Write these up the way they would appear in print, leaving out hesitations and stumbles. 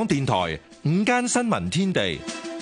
港電台午間新聞天地，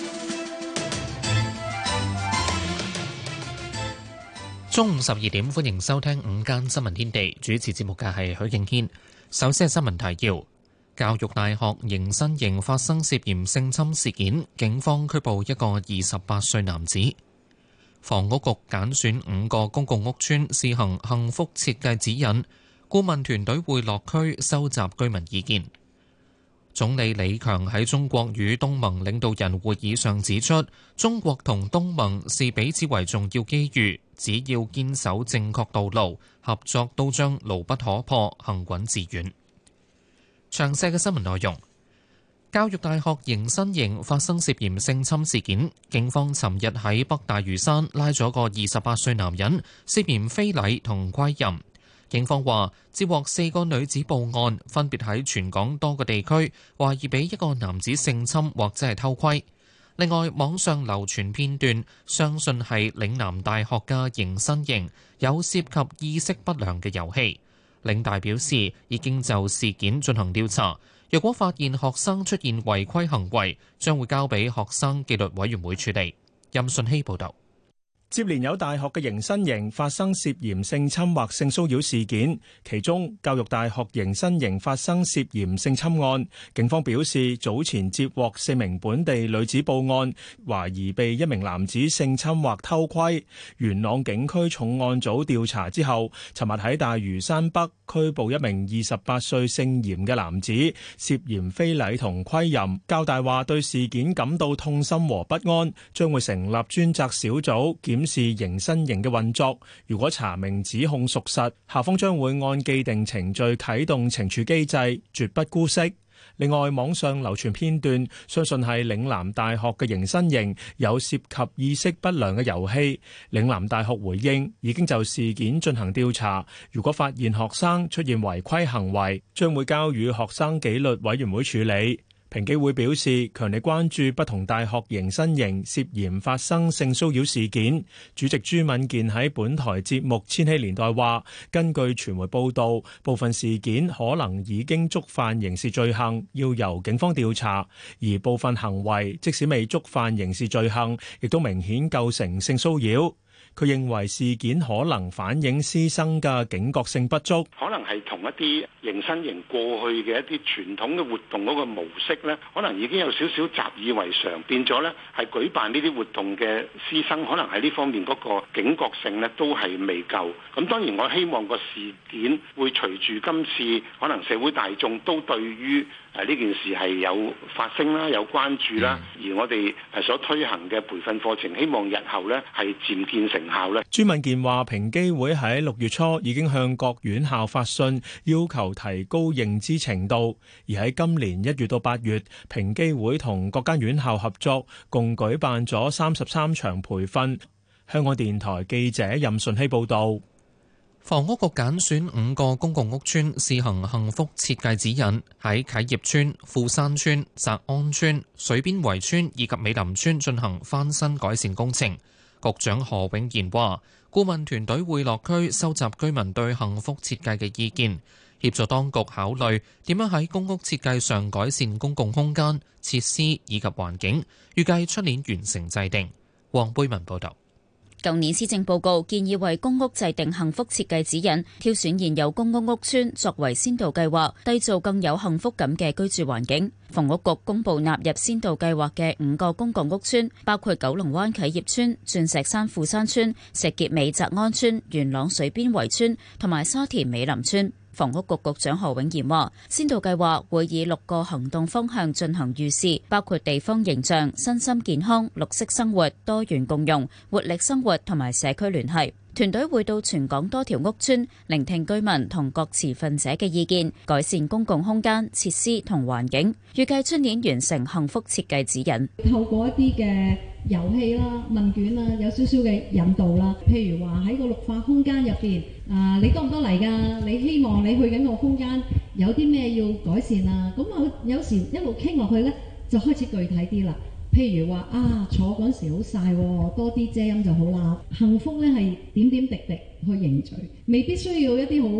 中午12點，歡迎收聽午間新聞天地。主持節目嘅係許敬軒。首先係新聞提要：教育大學迎新營發生涉嫌性侵事件，警方拘捕一個28歲男子。房屋局揀選5個公共屋邨試行幸福設計指引，顧問團隊會落區收集居民意見。總理李強喺中國與東盟領導人會議上指出，中國同東盟視彼此為重要機遇，只要堅守正確道路，合作都將牢不可破，行穩致遠。詳細嘅新聞內容。教育大學迎新營發生涉嫌性侵事件，警方尋日喺北大嶼山拉咗個28歲男人，涉嫌非禮同窺淫。警方話接獲4個女子報案，分別喺全港多個地區懷疑被一個男子性侵或者係偷窺。另外，網上流傳片段，相信係嶺南大學嘅迎新營有涉及意識不良嘅遊戲。嶺大表示已經就事件進行調查，若果發現學生出現違規行為，將會交俾學生紀律委員會處理。任信希報導。 接連有大學嘅迎新營發生涉嫌性侵或性騷擾事件，其中教育大學迎新營發生涉嫌性侵案，警方表示早前接獲4名本地女子報案，懷疑被一名男子性侵或偷窺。元朗警區重案組調查之後，尋日喺大嶼山北拘捕一名28歲姓嚴嘅男子，涉嫌非禮同窺淫。教大話對事件感到痛心和不安，將會成立專責小組檢視迎新營嘅運作，如果查明指控屬實，校方將會按既定程序啟動懲處機制，絕不姑息。另外，網上流傳片段，相信係嶺南大學嘅迎新營有涉及意識不良嘅遊戲。嶺南大學回應已經就事件進行調查，如果發現學生出現違規行為，將會交予學生紀律委員會處理。平機會表示強烈關注不同大學迎新營涉嫌發生性騷擾事件。主席朱敏健喺本台節目《千禧年代》話，根據傳媒報道，部分事件可能已經觸犯刑事罪行，要由警方調查；而部分行為即使未觸犯刑事罪行，亦都明顯構成性騷擾。佢認為事件可能反映師生嘅警覺性不足， 可能係同一啲迎新營過去嘅一啲傳統嘅活動嗰個模式呢，可能已經有少少習以為常，變咗呢係舉辦呢啲活動嘅師生，可能喺呢方面嗰個警覺性呢都係未夠。咁當然我希望個事件會隨住今次可能社會大眾都對於呢件事係有發聲啦，有關注啦，而我哋所推行嘅培訓課程，希望日後呢係漸見成效咧。 朱敏健話，平機會喺6月初已經向各院校發信，要求提高認知程度。而喺今年1月到8月，平機會同各間院校合作，共舉辦咗33場培訓。香港電台記者任順希報導。 房屋局揀選5個公共屋邨試行幸福設計指引，喺啟業邨、富山邨、澤安邨、水邊圍邨以及美林邨進行翻新改善工程。局長何永賢話，顧問團隊會落區收集居民對幸福設計嘅意見，協助當局考慮點樣喺公屋設計上改善公共空間、設施以及環境，預計出年完成制定。黃貝文報導。 舊年施政報告建議為公屋制定幸福設計指引，挑選現有公屋屋邨作為先導計劃，締造更有幸福感嘅居住環境。房屋局公布納入先導計劃嘅5個公共屋邨，包括九龍灣啟業邨、鑽石山富山邨、石硤尾澤安邨、元朗水邊圍邨同埋沙田美林邨。房屋局局長何永賢話，先導計劃會以6個行動方向進行預示，包括地方形象、身心健康、綠色生活、多元共融、活力生活同埋社區聯繫。團隊會到全港多條屋邨，聆聽居民同各持份者嘅意見，改善公共空間、設施同環境。預計出年完成幸福設計指引。 透過一啲嘅遊戲啦、問卷啦，有少少嘅引導啦。譬如話喺個綠化空間入邊，你多唔多嚟㗎？你希望你去緊個空間有啲咩要改善啊？咁我有時一路傾落去呢，就開始具體啲啦。譬如話坐嗰時好曬喎，多啲遮陰就好啦。幸福咧係點點滴滴去凝聚，未必需要一啲好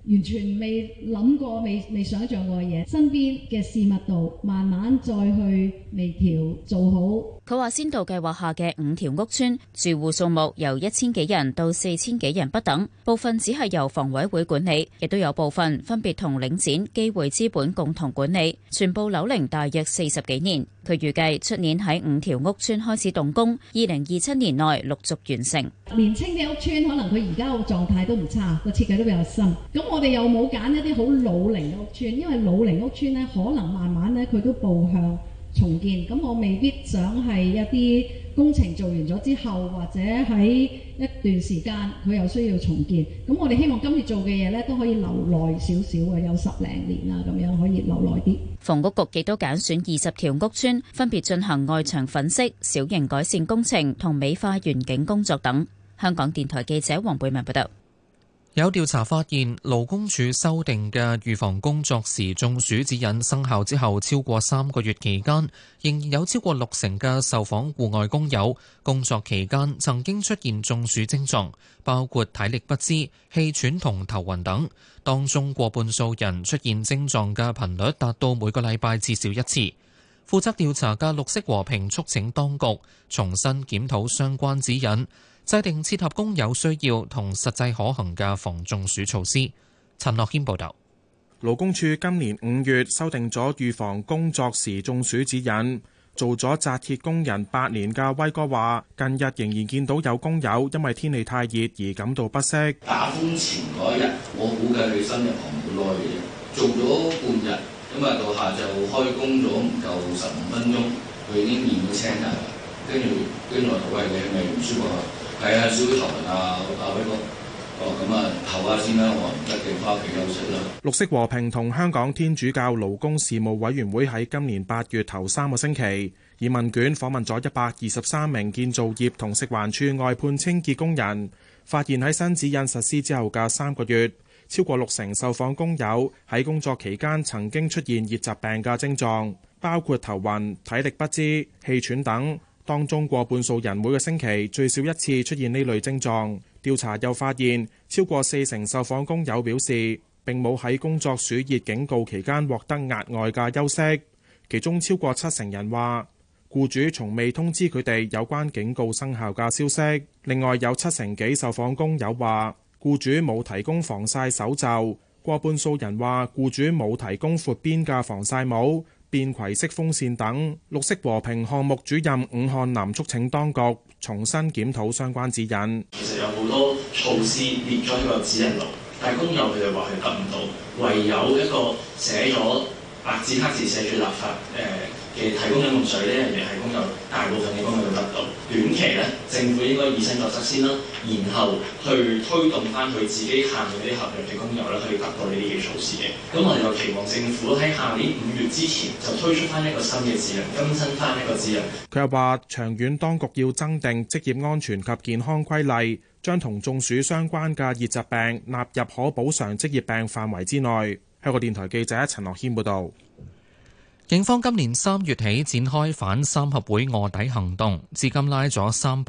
完全未諗過、未想像過嘅嘢，身邊嘅事物度慢慢再去微調做好。 佢話先導計劃下嘅5條屋邨住戶數目由1000幾人到4000幾人不等，部分只係由房委會管理，亦都有部分分別同領展、機會資本共同管理，全部樓齡大約40幾年。佢預計出年喺5條屋邨開始動工，2027年內陸續完成。 年青嘅屋邨可能佢而家個狀態都唔差，個設計都比較新。咁我哋又冇揀一啲好老齡嘅屋邨，因為老齡屋邨呢可能慢慢呢佢都步向重建，咁我未必想係一啲工程做完咗之後，或者喺一段時間佢又需要重建。咁我哋希望今次做嘅嘢呢都可以留耐少少嘅，有10零年啊，咁樣可以留耐啲。 房屋局亦都揀選20條屋邨，分別進行外牆粉飾、小型改善工程同美化園景工作等。香港電台記者黃貝文報道。 有調查發現，勞工處修訂嘅預防工作時中暑指引生效之後超過3個月期間，仍然有超過60%嘅受訪戶外工友工作期間曾經出現中暑症狀，包括體力不支、氣喘同頭暈等。當中過半數人出現症狀嘅頻率達到每個禮拜至少1次。負責調查嘅綠色和平促請當局重新檢討相關指引，制定切合工友需要同實際可行嘅防中暑措施。陳樂軒報導。 勞工處今年5月修訂咗預防工作時中暑指引。做咗紮鐵工人8年嘅威哥話，近日仍然見到有工友因為天氣太熱而感到不適。 打風前嗰一日，我估計佢新入行冇耐嘅啫，做咗半日，咁啊到下晝開工咗唔夠15分鐘，佢已經面都青晒啦。跟住我話：喂，你係咪唔舒服啊？係啊，少少頭暈啊，威哥。咁啊，唞下先啦，我唔得嘅，返屋企休息啦。 綠色和平同香港天主教勞工事務委員會喺今年8月頭3個星期，以問卷訪問咗123名建造業同食環署外判清潔工人，發現喺新指引實施之後嘅3個月，超過60%受訪工友喺工作期間曾經出現熱疾病嘅症狀，包括頭暈、體力不支、氣喘等。當中過半數人每個星期最少1次出現呢類症狀。調查又發現，超過40%受訪工友表示並冇喺工作暑熱警告期間獲得額外嘅休息，其中超過70%人話僱主從未通知佢哋有關警告生效嘅消息。另外有70%幾受訪工友話僱主冇提供防曬手袖，過半數人話僱主冇提供闊邊嘅防曬帽、便攜式風扇等。綠色和平項目主任伍漢南促請當局重新檢討相關指引。 其實有好多措施列咗喺個指引度，但係工友佢哋話佢得唔到，唯有一個寫咗白紙黑字寫住立法嘅提供飲用水呢樣嘢係工友大部分嘅工友都得到。短期呢，政府應該以身作則先啦，然後去推動翻佢自己下面嗰啲合約嘅工友咧，去達到呢啲嘅措施嘅。咁我哋就期望政府喺下年5月之前就推出翻一個新嘅指引，更新翻一個指引。 佢又話，長遠當局要增訂職業安全及健康規例，將同中暑相關嘅熱疾病納入可補償職業病範圍之內。香港電台記者陳樂軒報導。 警方今年3月起展開反三合會臥底行動，至今拉咗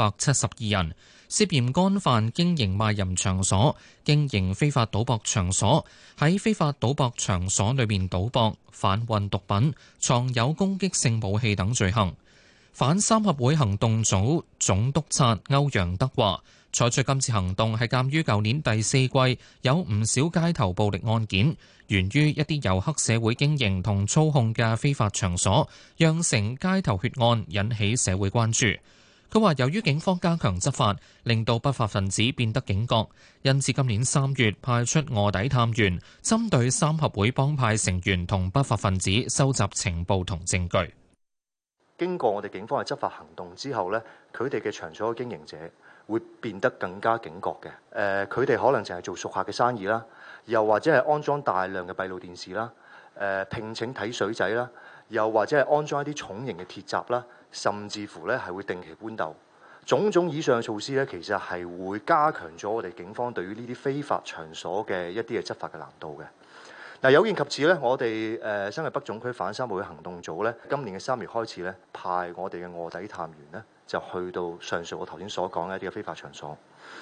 372人，涉嫌干犯經營賣淫場所、經營非法賭博場所、喺非法賭博場所裏面賭博、販運毒品、藏有攻擊性武器等罪行。反三合會行動組總督察歐陽德話，採取今次行動係鑑於舊年第4季有唔少街頭暴力案件，源於一啲由黑社會經營同操控嘅非法場所，釀成街頭血案，引起社會關注。佢話由於警方加強執法，令到不法分子變得警覺，因此今年3月派出臥底探員，針對三合會幫派成員同不法分子收集情報同證據。 經過我哋警方嘅執法行動之後呢，佢哋嘅場所嘅經營者會變得更加警覺嘅。佢哋可能淨係做熟客嘅生意啦，又或者係安裝大量嘅閉路電視啦，聘請睇水仔啦，又或者係安裝一啲重型嘅鐵閘啦，甚至乎呢係會定期搬竇。種種以上嘅措施呢，其實係會加強咗我哋警方對於呢啲非法場所嘅一啲嘅執法嘅難度嘅。嗱，有見及此咧，我哋新界北總區反三合會行動組咧，今年嘅3月開始咧，派我哋嘅臥底探員咧，就去到上述我頭先所講嘅一啲嘅非法場所。咁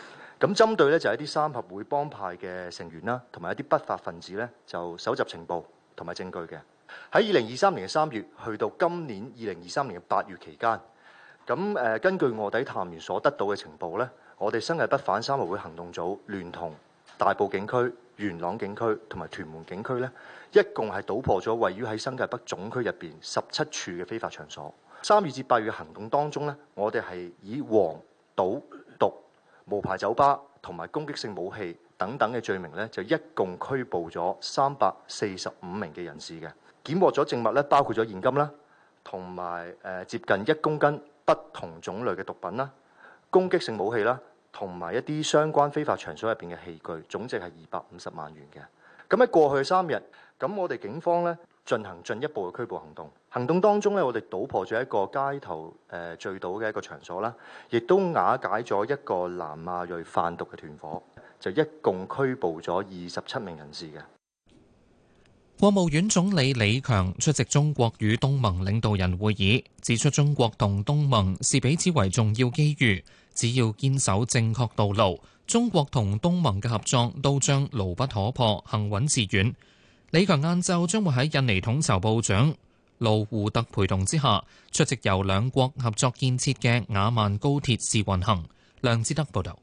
咁針對咧就係一啲三合會幫派嘅成員啦，同埋一啲不法分子咧，就搜集情報同埋證據嘅。喺2023年嘅3月去到今年2023年嘅8月期間，咁根據臥底探員所得到嘅情報咧，我哋新界北反三合會行動組聯同大埔警區、元朗警區同埋屯門警區咧，一共係搗破咗位於喺新界北總區入邊17處嘅非法場所。3月至8月嘅行動當中咧，我哋係以黃、賭、毒、無牌酒吧同埋攻擊性武器等等嘅罪名咧，就一共拘捕咗345名嘅人士嘅，檢獲咗證物咧，包括咗現金啦，同埋接近1公斤不同種類嘅毒品啦、攻擊性武器啦，同埋一啲相關非法場所入邊嘅器具，總值係250萬元嘅。咁喺過去3日，咁我哋警方咧進行進一步嘅拘捕行動。行動當中咧，我哋搗破咗一個街頭聚賭嘅一個場所啦，亦都瓦解咗一個南亞裔販毒嘅團伙，就一共拘捕咗27名人士嘅。 國務院總理李強出席中國與東盟領導人會議，指出中國同東盟視彼此為重要機遇，只要堅守正確道路，中國同東盟嘅合作都將牢不可破、行穩致遠。李強晏晝將會喺印尼統籌部長盧胡特陪同之下，出席由兩國合作建設嘅雅萬高鐵試運行。梁志德報道。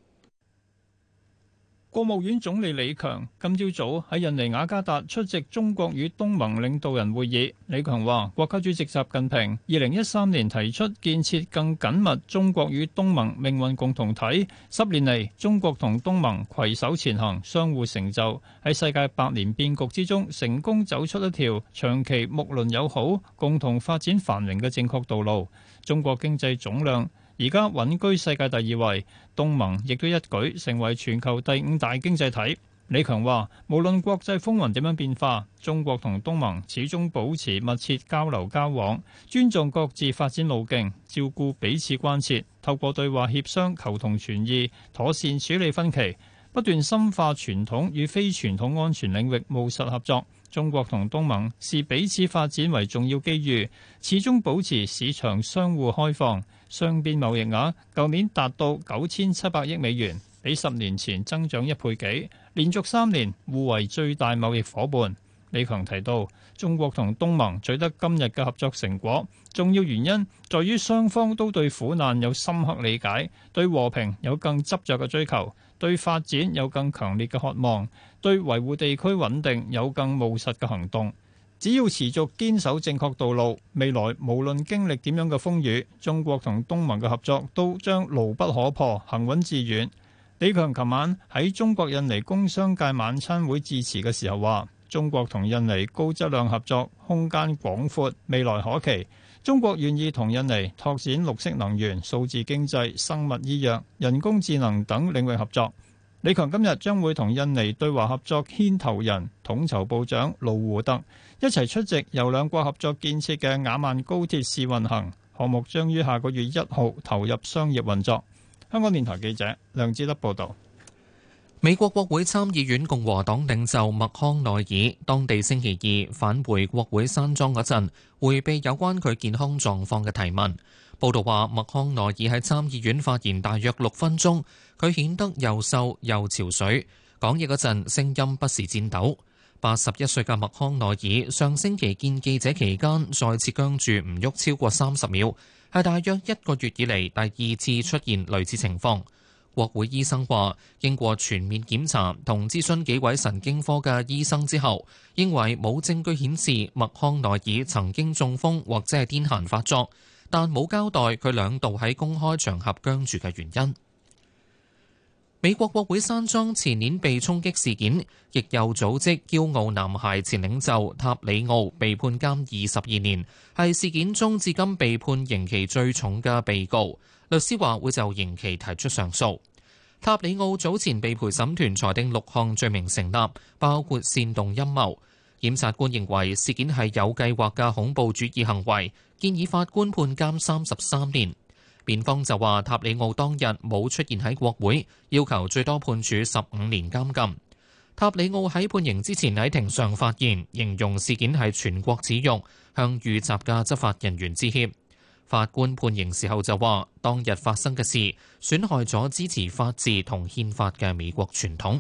國務院總理李強今朝早喺印尼雅加達出席中國與東盟領導人會議。李強話：國家主席習近平2013年提出建設更緊密中國與東盟命運共同體，10年嚟，中國同東盟攜手前行，相互成就，喺世界百年變局之中，成功走出一條長期睦鄰友好、共同發展繁榮嘅正確道路。中國經濟總量而家穩居世界第2位，東盟亦都一舉成為全球第5大經濟體。李強話：無論國際風雲點樣變化，中國同東盟始終保持密切交流交往，尊重各自發展路徑，照顧彼此關切，透過對話協商求同存異，妥善處理分歧，不斷深化傳統與非傳統安全領域務實合作。中國同東盟視彼此發展為重要機遇，始終保持市場相互開放。雙邊貿易額舊年達到9700億美元，比10年前增長1倍幾，連續3年互為最大貿易夥伴。李強提到，中國同東盟取得今日嘅合作成果，重要原因在於雙方都對苦難有深刻理解，對和平有更執着嘅追求，對發展有更強烈嘅渴望，對維護地區穩定有更務實嘅行動。只要持續堅守正確道路，未來無論經歷點樣嘅風雨，中國同東盟嘅合作都將牢不可破，行穩致遠。李強琴晚喺中國印尼工商界晚餐會致辭嘅時候話：中國同印尼高質量合作空間廣闊，未來可期。中國願意同印尼拓展綠色能源、數字經濟、生物醫藥、人工智能等領域合作。李強今日將會同印尼對華合作牽頭人、統籌部長盧胡特一齊出席由兩國合作建設嘅雅萬高鐵試運行項目，將於下個月1號投入商業運作。香港電台記者梁志德報道。 美國國會參議院共和黨領袖麥康奈爾當地星期二返回國會山莊嗰陣，迴避有關佢健康狀況嘅提問。報道話，麥康奈爾喺參議院發言大約6分鐘，佢顯得又瘦又憔悴，講嘢嗰陣聲音不時顫抖。81歲嘅麥康奈爾上星期見記者期間再次僵住唔喐超過30秒，係大約1個月以嚟第2次出現類似情況。國會醫生話，經過全面檢查同諮詢幾位神經科嘅醫生之後，認為冇證據顯示麥康奈爾曾經中風或者係癲癇發作，但冇交代佢2度喺公開場合僵住嘅原因。美國國會山莊前年被衝擊事件，亦有組織驕傲男孩前領袖塔里奧被判監22年，係事件中至今被判刑期最重嘅被告。律師話會就刑期提出上訴。塔里奧早前被陪審團裁定6項罪名成立，包括煽動陰謀。檢察官認為事件係有計劃嘅恐怖主義行為，建議法官判監33年。辯方就話塔里奧當日冇出現喺國會，要求最多判處15年監禁。塔里奧喺判刑之前喺庭上發言，形容事件係全國恥辱，向遇襲嘅執法人員致歉。 法官判刑時候就話，當日發生嘅事損害咗支持法治同憲法嘅美國傳統。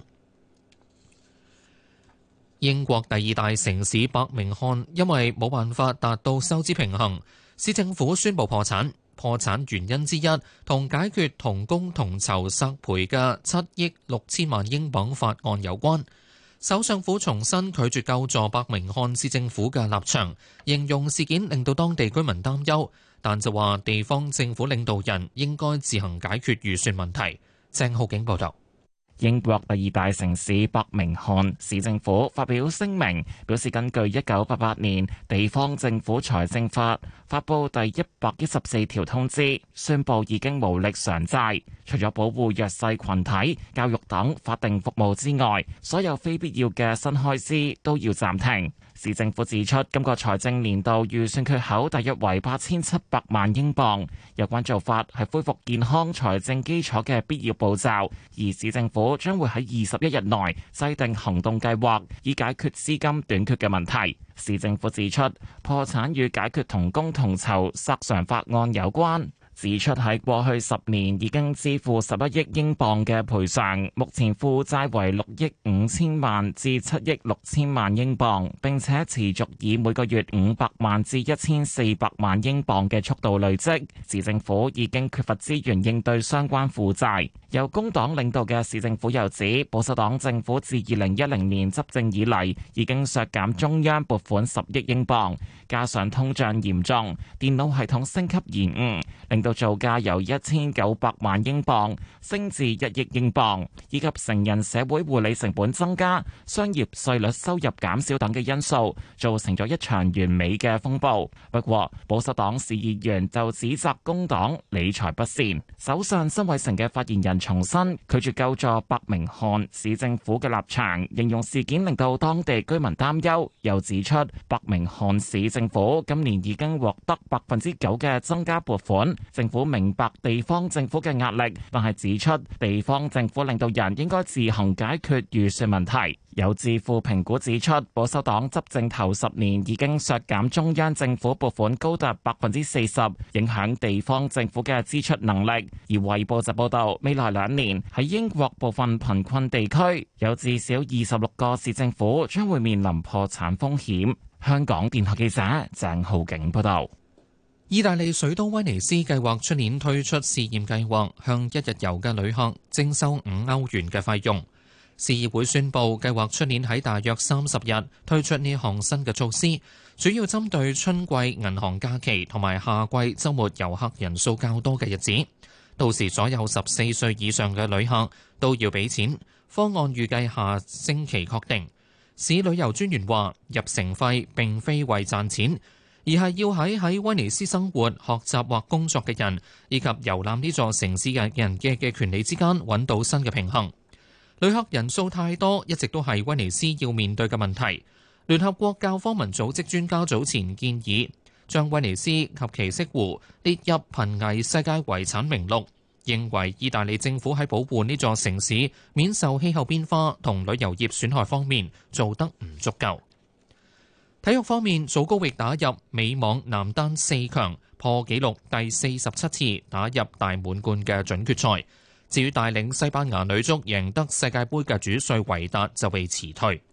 英國第二大城市伯明翰因為冇辦法達到收支平衡，市政府宣布破產。破產原因之一同解決同工同酬索賠嘅7億6千萬英鎊法案有關。首相府重申拒絕救助伯明翰市政府嘅立場，形容事件令到當地居民擔憂，但就話地方政府領導人應該自行解決預算問題。鄭浩景報道。 英國第二大城市伯明翰市政府發表聲明，表示根據1988年地方政府財政法發布第114條通知，宣布已經無力償債，除咗保護弱勢群體、教育等法定服務之外，所有非必要嘅新開支都要暫停。市政府指出，今個財政年度預算缺口大約為8700萬英鎊，有關做法係恢復健康財政基礎嘅必要步驟，而市政府將會喺21日內制定行動計劃，以解決資金短缺嘅問題。市政府指出，破產與解決同工同酬索償法案有關，指出喺過去10年已經支付11億英鎊嘅賠償，目前負債為6億5千萬至7億6千萬英鎊，並且持續以每個月500萬至1400萬英鎊嘅速度累積。市政府已經缺乏資源應對相關負債。由工黨領導嘅市政府又指，保守黨政府自2010年執政以嚟已經削減中央撥款10億英鎊，加上通脹嚴重、電腦系統升級延誤，令到造價由1900萬英鎊升至1億英鎊，以及成人社會護理成本增加、商業稅率收入減少等嘅因素，造成咗一場完美嘅風暴。不過，保守黨市議員就指責工黨理財不善。首相辛偉誠嘅發言人重申拒絕救助伯明翰市政府嘅立場，形容事件令到當地居民擔憂，又指出伯明翰市政府今年已經獲得9%嘅增加撥款，政府明白地方政府嘅壓力，但係指出地方政府領導人應該自行解決預算問題。有智庫評估指出，保守黨執政頭10年已經削減中央政府撥款高達40%，影響地方政府嘅支出能力。而衛報就報道，未來2年喺英國部分貧困地區，有至少26個市政府將會面臨破產風險。香港電台記者鄭浩景報道。 意大利水都威尼斯計劃出年推出試驗計劃，向1日遊嘅旅客徵收5歐元嘅費用。市議會宣布計劃出年喺大約30日推出呢項新嘅措施，主要針對春季銀行假期同埋夏季週末遊客人數較多嘅日子。到時所有14歲以上嘅旅客都要俾錢。方案預計下星期確定。市旅遊專員話，入城費並非為賺錢，而係要喺威尼斯生活、學習或工作嘅人，以及遊覽呢座城市嘅人嘅權利之間揾到新嘅平衡。旅客人數太多，一直都係威尼斯要面對嘅問題。聯合國教科文組織專家早前建議，將威尼斯及其色湖列入瀕危世界遺產名錄，認為意大利政府喺保護呢座城市免受氣候變化同旅遊業損害方面做得唔足夠。體育方面，祖高域打入美網男單4強，破紀錄第47次打入大滿貫嘅準決賽。至於帶領西班牙女足贏得世界盃嘅主帥維達就被辭退。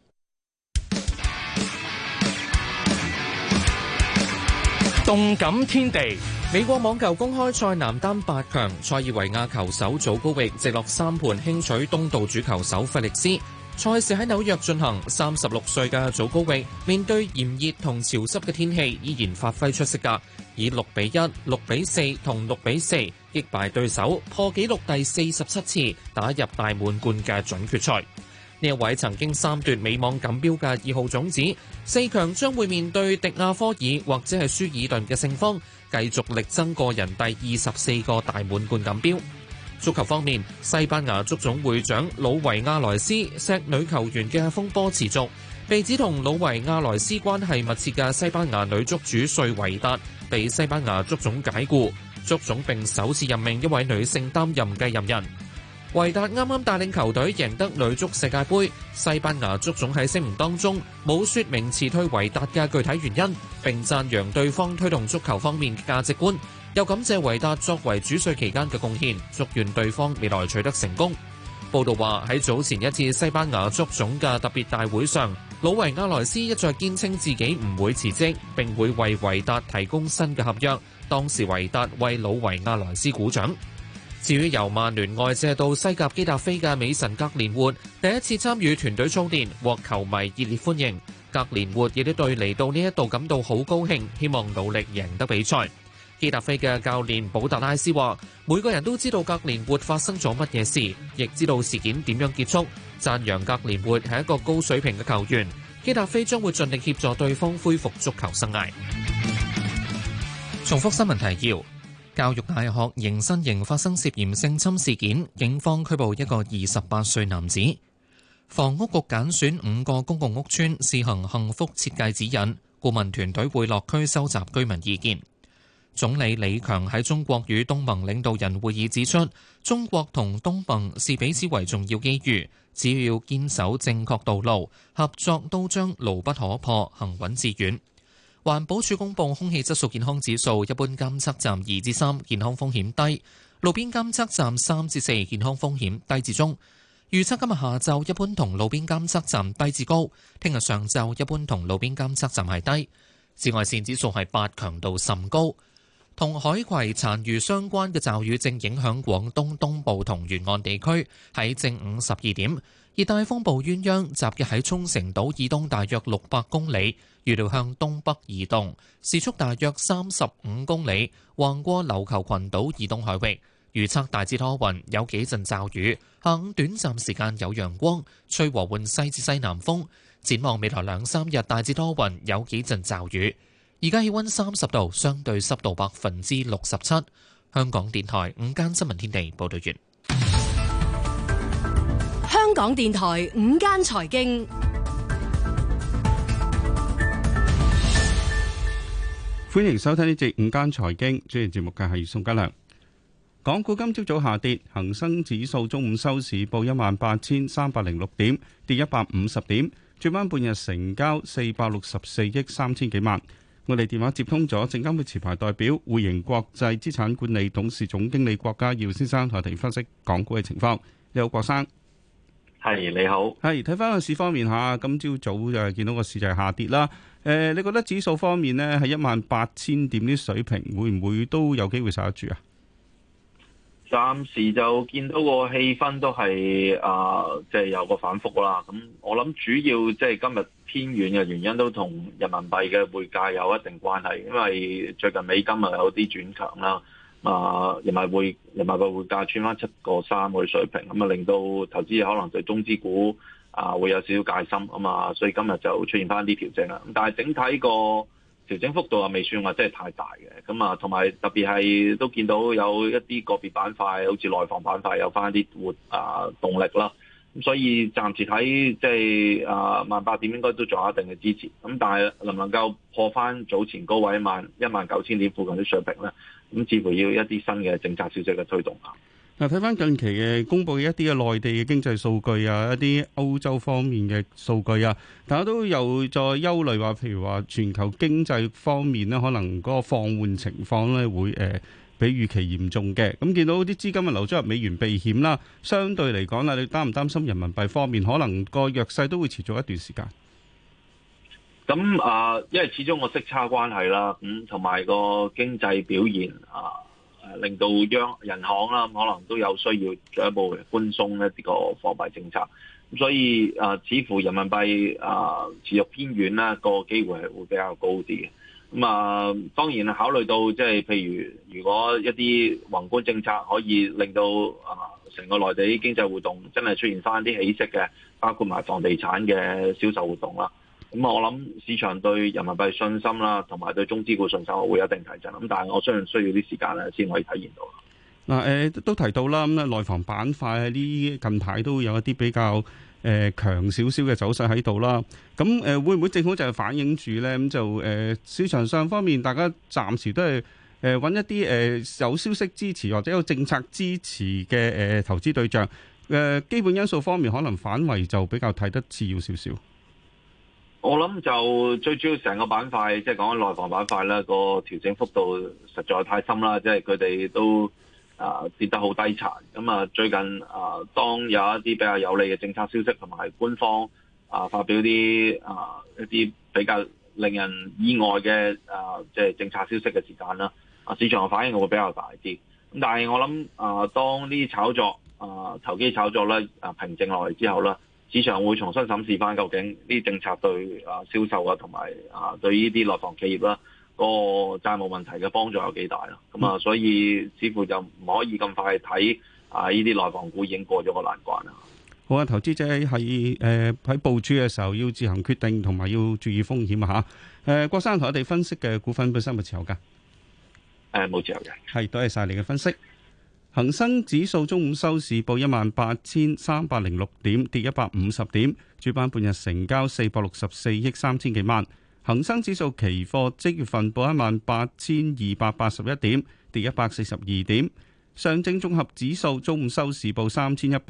動感天地， 美國網球公開賽男單8強，塞爾維亞球手祖高域直落3盤輕取東道主球手費力斯。賽事喺紐約進行，36歲嘅祖高域面對炎熱同潮濕嘅天氣，依然發揮出色㗎，以6-1、6-4同6-4擊敗對手，破紀錄第47次打入大滿貫嘅準決賽。呢一位曾經3奪美網錦標嘅2號種子，4強將會面對迪亞科爾或者係舒爾頓嘅勝方，繼續力爭個人第24個大滿貫錦標。足球方面，西班牙足總會長魯維亞萊斯錫女球員嘅風波持續，被指同魯維亞萊斯關係密切嘅西班牙女足主帥維達被西班牙足總解僱，足總並首次任命一位女性擔任繼任人。維達啱啱帶領球隊贏得女足世界盃，西班牙足總喺聲明當中冇說明辭退維達嘅具體原因，並讚揚對方推動足球方面嘅價值觀， 又感謝維達作為主帥期間嘅貢獻，祝願對方未來取得成功。報道話喺早前一次西班牙足總嘅特別大會上，魯維亞萊斯一再堅稱自己唔會辭職，並會為維達提供新嘅合約。當時維達為魯維亞萊斯鼓掌。至於由曼聯外借到西甲基達菲嘅美神格連活，第一次參與團隊操練，獲球迷熱烈歡迎。格連活亦都對嚟到呢一度感到好高興，希望努力贏得比賽。基達菲嘅教練保達拉斯話：每個人都知道格連活發生咗乜嘢事，亦知道事件點樣結束，讚揚格連活係一個高水平嘅球員。基達菲將會盡力協助對方恢復足球生涯。重複新聞提要：教育大學迎新營發生涉嫌性侵事件，警方拘捕一個28歲男子。房屋局揀選5個公共屋邨試行幸福設計指引，顧問團隊會落區收集居民意見。總理李強喺中國與東盟領導人會議指出，中國同東盟視彼此為重要機遇，只要堅守正確道路，合作都將牢不可破，行穩致遠。環保署公布空氣質素健康指數，一般監測站2至3，健康風險低；路邊監測站3至4，健康風險低至中。預測今日下晝一般同路邊監測站低至高，聽日上晝一般同路邊監測站係低。紫外線指數係8，強度甚高。同海葵殘餘相關嘅驟雨正影響廣東東部同沿岸地區。喺正午12點，熱帶風暴鴛鴦集結喺沖繩島以東大約600公里，預料向東北移動，時速大約35公里，橫過琉球群島以東海域。預測大致多雲，有幾陣驟雨，下午短暫時間有陽光，吹和緩西至西南風。展望未來2-3日，大致多雲，有幾陣驟雨。而家氣溫30度，相對濕度67%。香港電台午間新聞天地報道完。 香港電台午間財經， 歡迎收聽呢節午間財經，主持節目嘅係宋家良。港股今朝早下跌，恒生指數中午收市報18,306點，跌150點。主板半日成交464億3千幾萬。我哋電話接通咗證監會持牌代表匯盈國際資產管理董事總經理郭家耀先生，同我哋分析港股嘅情況。你好，郭生。 係，你好。 係，睇翻個市方面吓，今朝早就見到個市就係下跌啦。你覺得指數方面呢，係18,000點啲水平，會唔會都有機會受得住啊？ 暫時就見到個氣氛都係即係有個反覆啦。咁我諗主要即係今日偏軟嘅原因都同人民幣嘅匯價有一定關係，因為最近美金啊有啲轉強啦。人民幣匯價穿翻7.3嗰啲水平，咁啊令到投資者可能對中資股會有少少戒心啊嘛，所以今日就出現翻啲調整啦。但係整體個調整幅度又未算話真係太大嘅，咁啊同埋特別係都見到有一啲個別板塊，好似內房板塊有翻啲動力啦。咁所以暫時睇即係18,000點應該都仲有一定嘅支持。咁但係能唔能夠破翻早前高位19,000點附近啲水平咧？咁似乎要一啲新嘅政策消息嘅推動啊。 嗱，睇翻近期嘅公佈嘅一啲嘅內地嘅經濟數據啊，一啲歐洲方面嘅數據啊，大家都有再憂慮話，譬如話全球經濟方面咧，可能嗰個放緩情況咧會比預期嚴重嘅。咁見到啲資金嘅流咗入美元避險啦，相對嚟講啦，你擔唔擔心人民幣方面可能個弱勢都會持續一段時間？ 咁因為始終個息差關係啦，咁同埋個經濟表現令到人行啦，可能都有需要進一步寬鬆一啲個貨幣政策。咁所以似乎人民幣持續偏軟啦，個機會係會比較高啲嘅。咁當然考慮到即係譬如果一啲宏觀政策可以令到成個內地經濟活動真係出現翻啲起色嘅，包括埋房地產嘅銷售活動啦。咁我諗市場對人民幣信心啦，同埋對中資股信心會有一定提振。咁但係我相信需要啲時間咧，先可以體現到。 嗱，都提到啦，咁內房板塊喺呢近排都有一啲比較強少少嘅走勢喺度啦。咁會唔會正好就係反映住咧？咁就市場上方面，大家暫時都係揾一啲有消息支持或者有政策支持嘅投資對象。基本因素方面，可能反為就比較睇得次要少少。 我諗就最主要成個板塊，即係講緊內房板塊啦，個調整幅度實在太深啦，即係佢哋都跌得好低殘。咁啊，最近當有一啲比較有利嘅政策消息同埋官方發表啲一啲比較令人意外嘅即係政策消息嘅時間啦，市場嘅反應會比較大啲。咁但係我諗當呢啲炒作投機炒作咧平靜落嚟之後咧，市場會重新審視翻究竟呢啲政策對銷售同埋對呢啲內房企業啦個債務問題嘅幫助有幾大啦。咁所以似乎就唔可以咁快睇呢啲內房股已經過咗個難關啦。 好啊，投資者係喺部署嘅時候要自行決定，同埋要注意風險啊嚇。郭生同我哋分析嘅股份本身有冇持有㗎？ 冇持有嘅。 係，多謝晒你嘅分析。恒生指數中午收市報18,306點，跌150點。主板半日成交464億3千幾萬。恒生指數期貨即月份報18,281點，跌142點。上證綜合指數中午收市報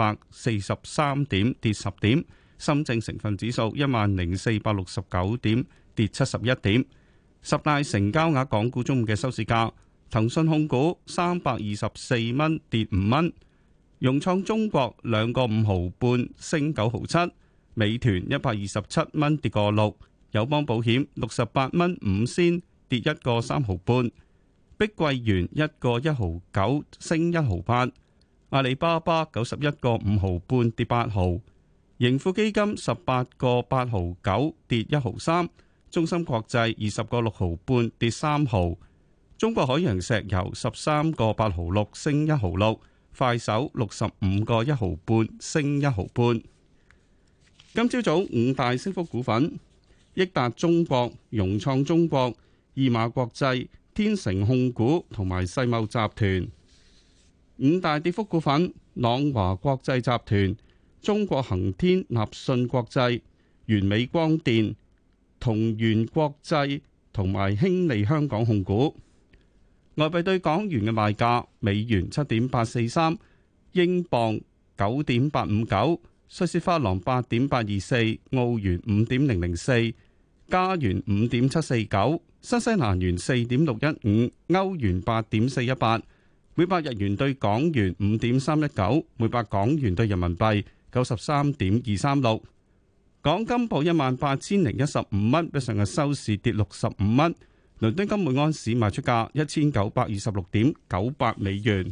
3,143點，跌10點。深證成分指數10,469點，跌71點。十大成交額港股中午嘅收市價。騰訊控股324蚊，跌5蚊；融創中國2個5毫半，升9毫7；美團127蚊，跌個6；友邦保險68蚊5仙，跌1個3毫半；碧桂園1個1毫9，升1毫8；阿里巴巴91個5毫半，跌8毫；盈富基金18個8毫9，跌1毫3；中芯國際20個6毫半，跌3毫。中國海洋石油13個8毫6，升1毫6；快手65個1毫半，升1毫半。今朝早五大升幅股份：益達中國、融創中國、義馬國際、天成控股同埋世茂集團。五大跌幅股份：朗華國際集團、中國恒天、立信國際、完美光電、同源國際同埋興利香港控股。外幣對港元嘅賣價：美元7.843，英鎊9.859，瑞士法郎8.824，澳元5.004，加元5.749，新西蘭元4.615，歐元8.418，每百日元對港元5.319，每百港元對人民幣93.236。港金報18,015蚊，比上日收市跌65蚊。倫敦金每安士賣出價1926.98美元。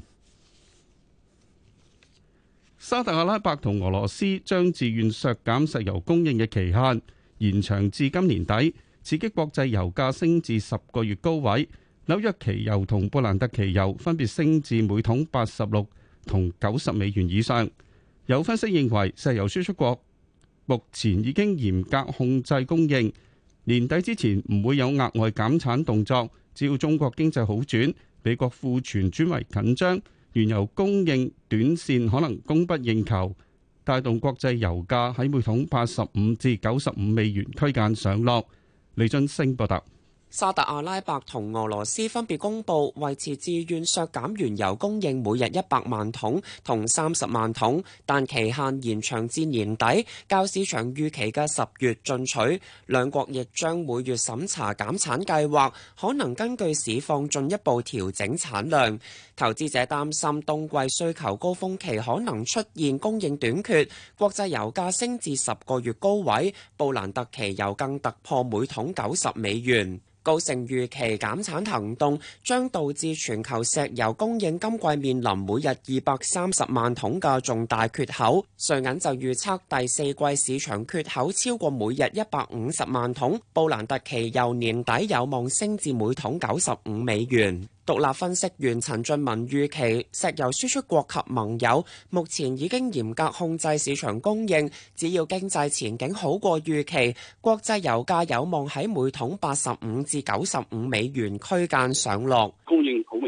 沙特阿拉伯同俄羅斯將自願削減石油供應嘅期限延長至今年底，刺激國際油價升至10個月高位。紐約期油同布蘭特期油分別升至每桶86同90美元以上。有分析認為，石油輸出國目前已經嚴格控制供應。年底之前唔會有額外減產動作，只要中國經濟好轉，美國庫存轉為緊張，原油供應短線可能供不應求，帶動國際油價喺每桶85至95美元區間上落。李俊升報道。 沙特阿拉伯同俄羅斯分別公布維持自願削減原油供應每日100萬桶同30萬桶，但期限延長至年底，較市場預期嘅10月進取。兩國亦將每月審查減產計劃，可能根據市況進一步調整產量。投資者擔心冬季需求高峰期可能出現供應短缺，國際油價升至10個月高位，布蘭特期油更突破每桶90美元。高盛預期減產行動將導致全球石油供應今季面臨每日230萬桶嘅重大缺口。瑞銀就預測第四季市場缺口超過每日150萬桶，布蘭特期油年底有望升至每桶95美元。獨立分析員陳俊文預期，石油輸出國及盟友目前已經嚴格控制市場供應，只要經濟前景好過預期，國際油價有望喺每桶85至95美元區間上落。 供應好明顯見到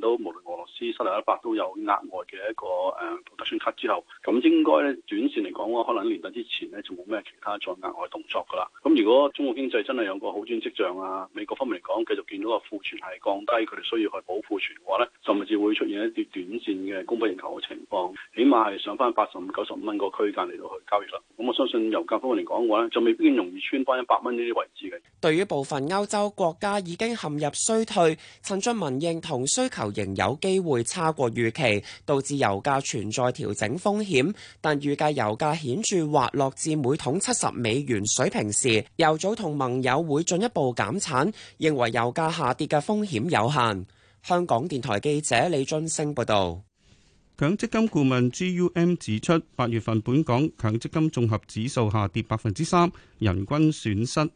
到無論俄羅斯、沙特阿拉伯都有額外嘅一個production cut 之後，咁應該咧短線嚟講可能年底之前咧就冇咩其他再額外動作㗎啦。咁如果中國經濟真係有個好轉跡象啊，美國方面嚟講繼續見到個庫存係降低，佢哋需要去補庫存嘅話咧，甚至會出現一啲短線嘅供不應求嘅情況，起碼係上翻85、95蚊個區間嚟到去交易啦。咁我相信油價方面嚟講嘅話咧，就未必容易穿翻100蚊呢啲位置嘅。 對於部分歐洲國家已經陷入衰退，陳俊文認同需求仍有機會差過預期，導致油價存在調整風險。但預計油價顯著滑落至每桶70美元水平時，油組同盟友會進一步減產，認為油價下跌嘅風險有限。香港電台記者李津升報導。 強積金顧問 GUM 指出，8月份本港強積金綜合指數下跌3%，人均損失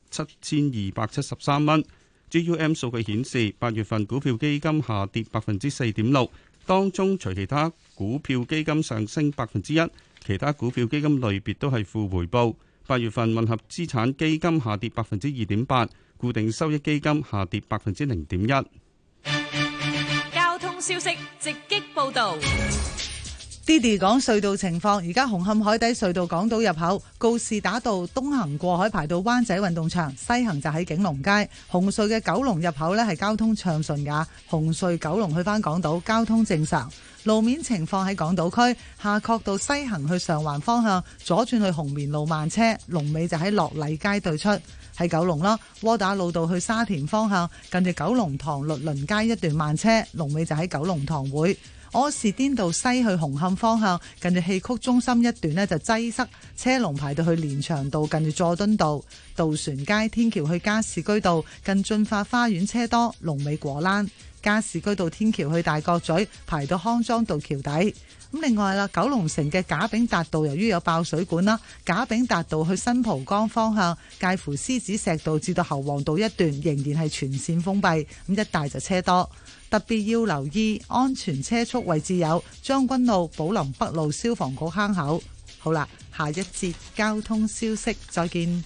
7273蚊。GUM 數據顯示，8月份股票基金下跌4.6%，當中除其他股票基金上升1%，其他股票基金類別都係負回報。8月份混合資產基金下跌2.8%，固定收益基金下跌0.1%。 交通消息直擊報導。 Diddy 講隧道情況，而家紅磡海底隧道港島入口告士打道東行過海排到灣仔運動場，西行就喺景隆街。紅隧嘅九龍入口呢係交通暢順㗎，紅隧九龍去返港島交通正常。路面情況喺港島區夏慤道西行去上環方向左轉去紅棉路慢車，龍尾就喺樂禮街對出。喺九龍啦，窩打老道去沙田方向近住九龍塘律倫街一段慢車，龍尾就喺九龍塘會。柯士甸道西去紅磡方向近住戲曲中心一段呢就擠塞，車龍排到去連翔道近住佐敦道。渡船街天橋去加士居道近駿發花園車多，龍尾果欄。加士居道天橋去大角咀排到康莊道橋底。咁另外啦，九龍城嘅賈炳達道由於有爆水管啦，賈炳達道去新蒲崗方向介乎獅子石道至到侯王道一段仍然係全線封閉，咁一帶就車多。特別要留意安全車速位置有將軍澳寶林北路消防局坑口。好啦，下一節交通消息再見。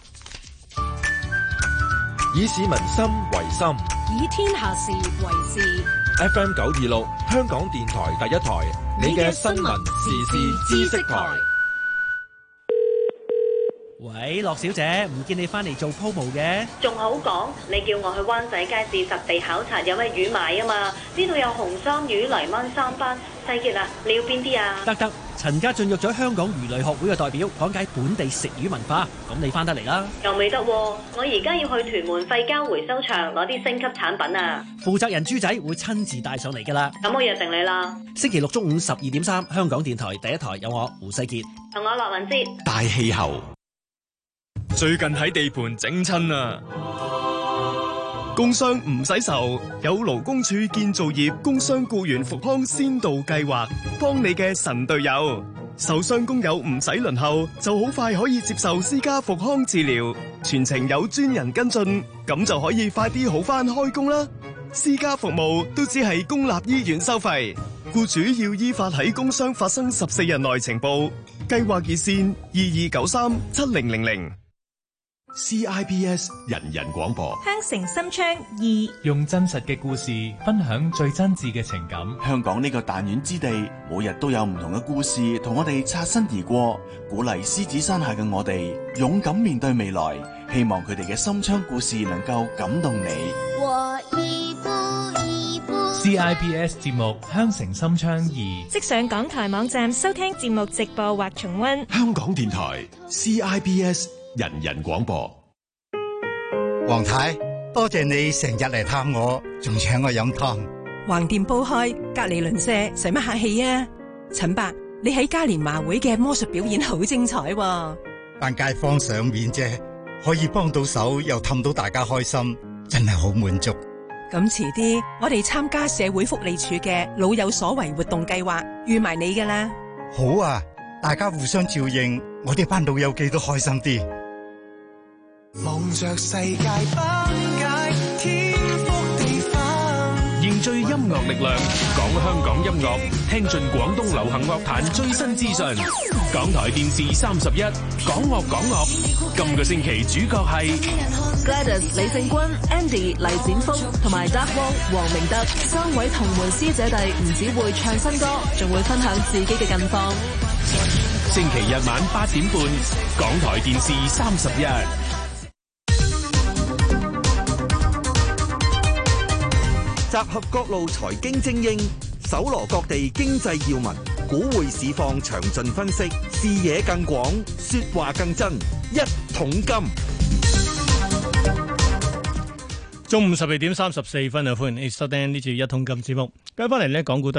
以市民心為心， 以天下事為事。 FM 926香港電台第一台，你嘅新聞時事知識台。 喂，樂小姐，唔見你翻嚟做 promo 嘅， 仲好講，你叫我去灣仔街市實地考察有咩魚買啊嘛？呢度有紅衫魚、泥灣三班、世傑啊，你要邊啲啊？ 得，陳家俊約咗香港魚類學會嘅代表講解本地食魚文化，咁你翻得嚟啦？ 又未得，我而家要去屯門廢膠回收場攞啲升級產品啊！ 負責人豬仔會親自帶上嚟噶啦。 咁我約定你啦。 星期六中午12.3，香港電台第一台有我胡世傑同我樂文哲。 大氣候。 最近喺地盤整親啊！工傷唔使愁，有勞工處建造業工傷僱員復康先導計劃，幫你嘅神隊友。受傷工友唔使輪候，就好快可以接受私家復康治療，全程有專人跟進，咁就可以快啲好返開工啦。私家服務都只係公立醫院收費，僱主要依法喺工傷發生14日內呈報。計劃熱線22937000。 CIBS 人人廣播， 香城心窗2， 用真實嘅故事分享最真摯嘅情感。 香港呢個彈丸之地，每日都有唔同嘅故事同我哋擦身而過，鼓勵獅子山下嘅我哋勇敢面對未來。希望佢哋嘅心窗故事能夠感動你。 我一步一步。 CIBS 節目《香城心窗2》， 即上港台網站收聽節目直播或重溫。 香港電台 CIBS。人人廣播。 黃太，多謝你成日嚟探我，仲請我飲湯。 橫掂煲開，隔籬鄰舍使乜客氣啊？陳伯，你喺嘉年華會嘅魔術表演好精彩喎。 班街坊賞面啫，可以幫到手又氹到大家開心，真係好滿足。 咁遲啲，我哋參加社會福利署嘅老有所為活動計劃，預埋你噶啦。 好啊，大家互相照應，我哋班老友記都開心啲。 望着世界分解，天覆地分。 迎聚音樂力量，講香港音樂，聽盡廣東流行樂壇最新資訊。港台電視31，港樂港樂。今個星期主角係 Gladys 李正君、Andy 黎展福同埋 Dark Wong 黃明德3位同門師姐弟，唔只會唱新歌，仲會分享自己嘅近況。 星期日晚8點半，港台電視31。 集合各路財經精英，搜羅各地經濟要聞，股匯市況詳盡分析，視野更廣，說話更真。一桶金， 中午12點34分啊！歡迎你收聽呢次一桶金節目。跟翻嚟呢，港股